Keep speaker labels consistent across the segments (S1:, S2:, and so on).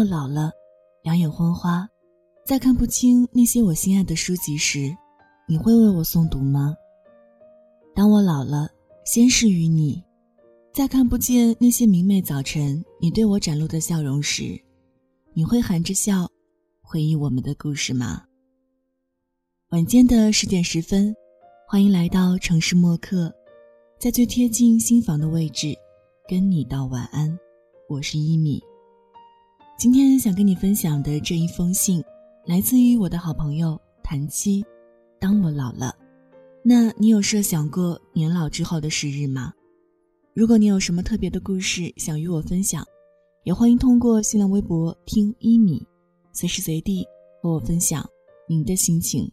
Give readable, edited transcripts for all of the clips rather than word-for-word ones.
S1: 我老了，两眼昏花，再看不清那些我心爱的书籍时，你会为我诵读吗？当我老了，先是于你，再看不见那些明媚早晨你对我展露的笑容时，你会含着笑回忆我们的故事吗？晚间的10点10分，欢迎来到城市默客，在最贴近心房的位置跟你道晚安，我是一米。今天想跟你分享的这一封信来自于我的好朋友谭七。当我老了，那你有设想过年老之后的时日吗？如果你有什么特别的故事想与我分享，也欢迎通过新浪微博听一米，随时随地和我分享您的心情。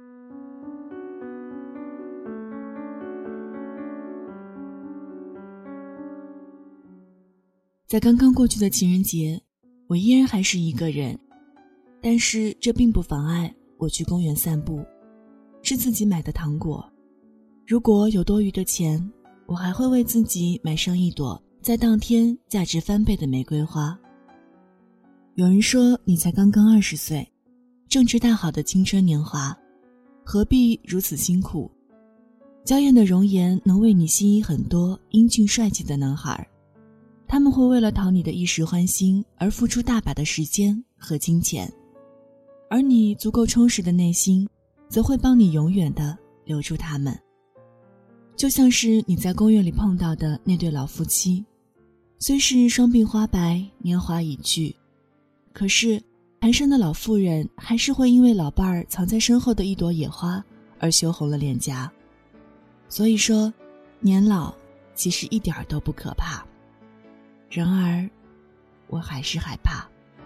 S1: 在刚刚过去的情人节，我依然还是一个人，但是这并不妨碍我去公园散步，吃自己买的糖果。如果有多余的钱，我还会为自己买上一朵在当天价值翻倍的玫瑰花。有人说你才刚刚20岁，正值大好的青春年华，何必如此辛苦？娇艳的容颜能为你吸引很多英俊帅气的男孩，他们会为了讨你的一时欢心而付出大把的时间和金钱，而你足够充实的内心则会帮你永远地留住他们。就像是你在公园里碰到的那对老夫妻，虽是双鬓花白，年华已去，可是蹒跚的老妇人还是会因为老伴儿藏在身后的一朵野花而羞红了脸颊。所以说，年老其实一点都不可怕，然而我还是害怕。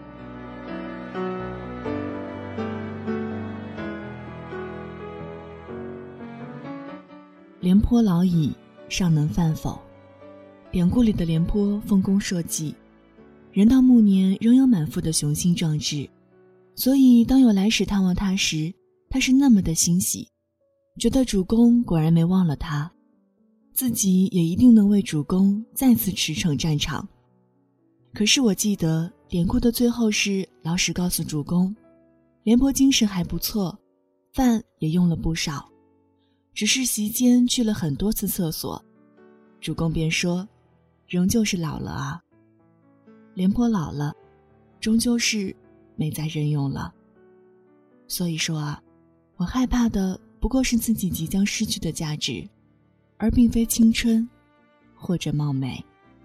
S1: 廉颇老矣，尚能饭否？典故里的廉颇丰功硕绩，人到暮年仍有满腹的雄心壮志，所以当有来使探望他时，他是那么的欣喜，觉得主公果然没忘了他，自己也一定能为主公再次驰骋战场。可是我记得典故的最后是老史告诉主公，廉颇精神还不错，饭也用了不少，只是席间去了很多次厕所。主公便说，仍旧是老了啊。廉颇老了，终究是没再任用了。所以说啊，我害怕的不过是自己即将失去的价值，而并非青春或者貌美。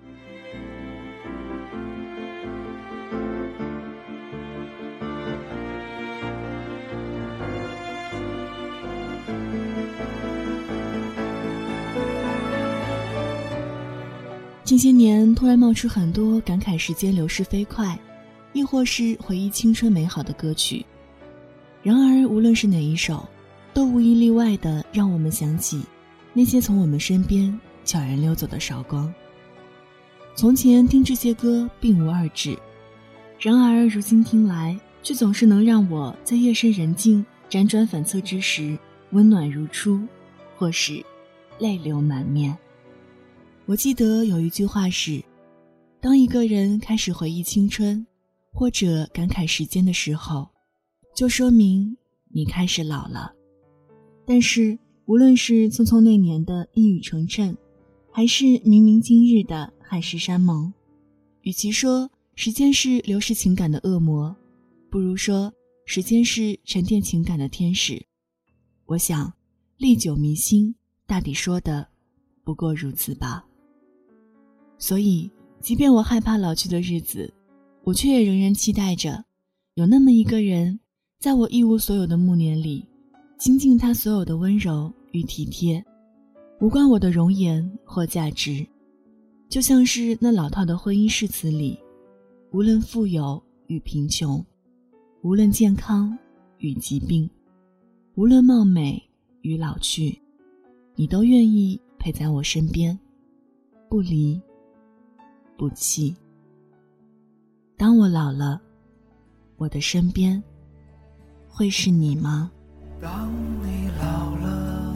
S1: 近些年突然冒出很多感慨时间流逝飞快，亦或是回忆青春美好的歌曲。然而无论是哪一首，都无一例外地让我们想起那些从我们身边悄然溜走的韶光。从前听这些歌并无二致，然而如今听来，却总是能让我在夜深人静辗转反侧之时温暖如初，或是泪流满面。我记得有一句话是，当一个人开始回忆青春或者感慨时间的时候，就说明你开始老了。但是无论是匆匆那年的一语成谶，还是明明今日的海誓山盟，与其说时间是流逝情感的恶魔，不如说时间是沉淀情感的天使。我想历久弥新大抵说的不过如此吧。所以即便我害怕老去的日子，我却也仍然期待着有那么一个人，在我一无所有的暮年里倾尽他所有的温柔与体贴，无关我的容颜或价值。就像是那老套的婚姻誓词里，无论富有与贫穷，无论健康与疾病，无论貌美与老去，你都愿意陪在我身边，不离不弃。当我老了，我的身边会是你吗？
S2: 当你老了，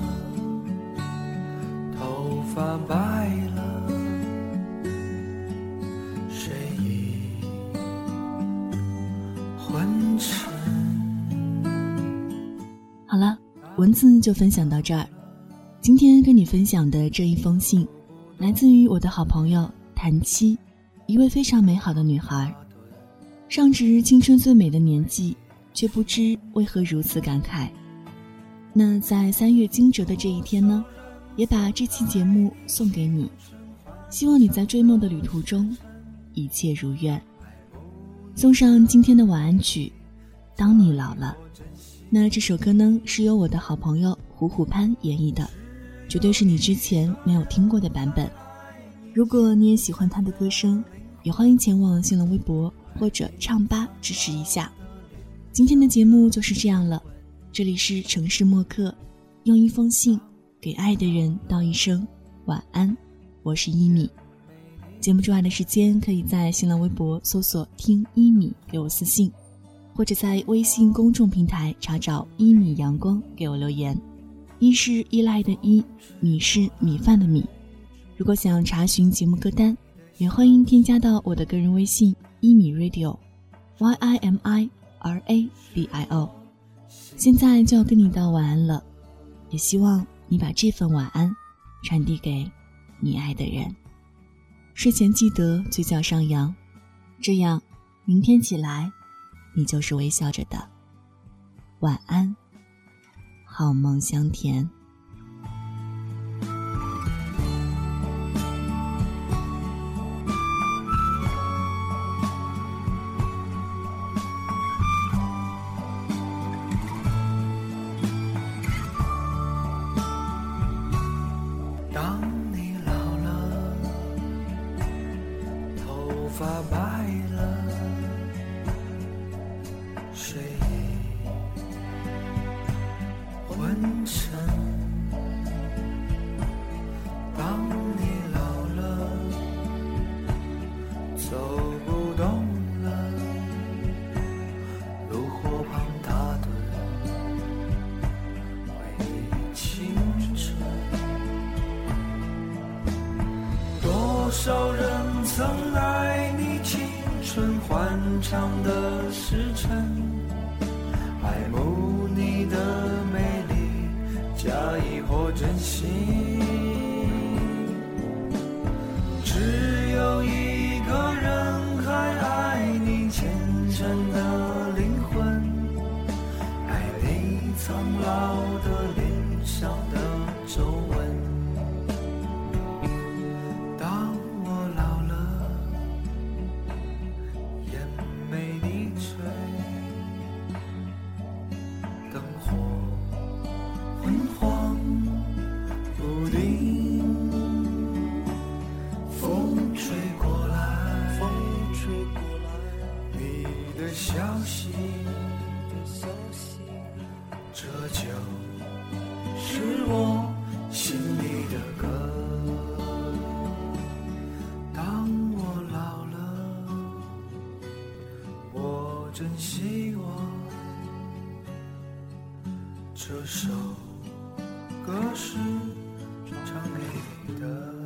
S2: 头发白了，睡意
S1: 字就分享到这儿。今天跟你分享的这一封信，来自于我的好朋友谭七，一位非常美好的女孩。尚值青春最美的年纪，却不知为何如此感慨。那在3月惊蛰的这一天呢，也把这期节目送给你，希望你在追梦的旅途中一切如愿。送上今天的晚安曲《当你老了》。那这首歌呢，是由我的好朋友虎虎潘演绎的，绝对是你之前没有听过的版本。如果你也喜欢他的歌声，也欢迎前往新浪微博或者唱吧支持一下。今天的节目就是这样了，这里是城市默客，用一封信给爱的人道一声晚安，我是一米。节目之外的时间，可以在新浪微博搜索听一米给我私信，或者在微信公众平台查找一米阳光给我留言。一是依赖的依，米是米饭的米。如果想查询节目歌单，也欢迎添加到我的个人微信一米 radio YIMIRADIO。 现在就要跟你道晚安了，也希望你把这份晚安传递给你爱的人。睡前记得嘴角上扬，这样明天起来你就是微笑着的。晚安，好梦香甜。
S2: 当你老了，头发白了，睡意昏沉。当你老了，走不动了，炉火旁打盹，回忆青春。多少人曾爱你青春欢畅的时辰，爱慕你的美丽，假意或真心。只有一个人还爱你虔诚的灵魂，爱你苍老的脸上的皱纹。消息，这就是我心里的歌。当我老了，我真希望这首歌是唱给你的。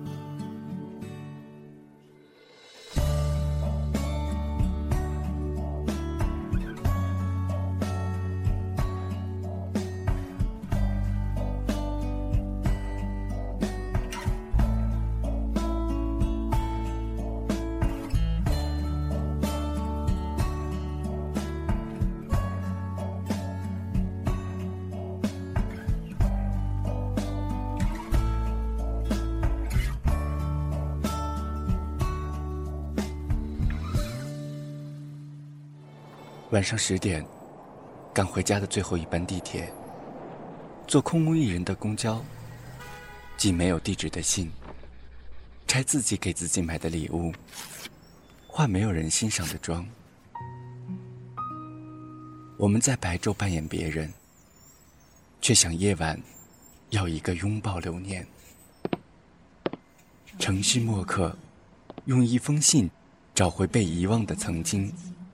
S3: 晚上10点，赶回家的最后一班地铁，坐空无一人的公交，寄没有地址的信，拆自己给自己买的礼物，化没有人欣赏的妆。我们在白昼扮演别人，却想夜晚要一个拥抱留念。城市默客，用一封信找回被遗忘的曾经。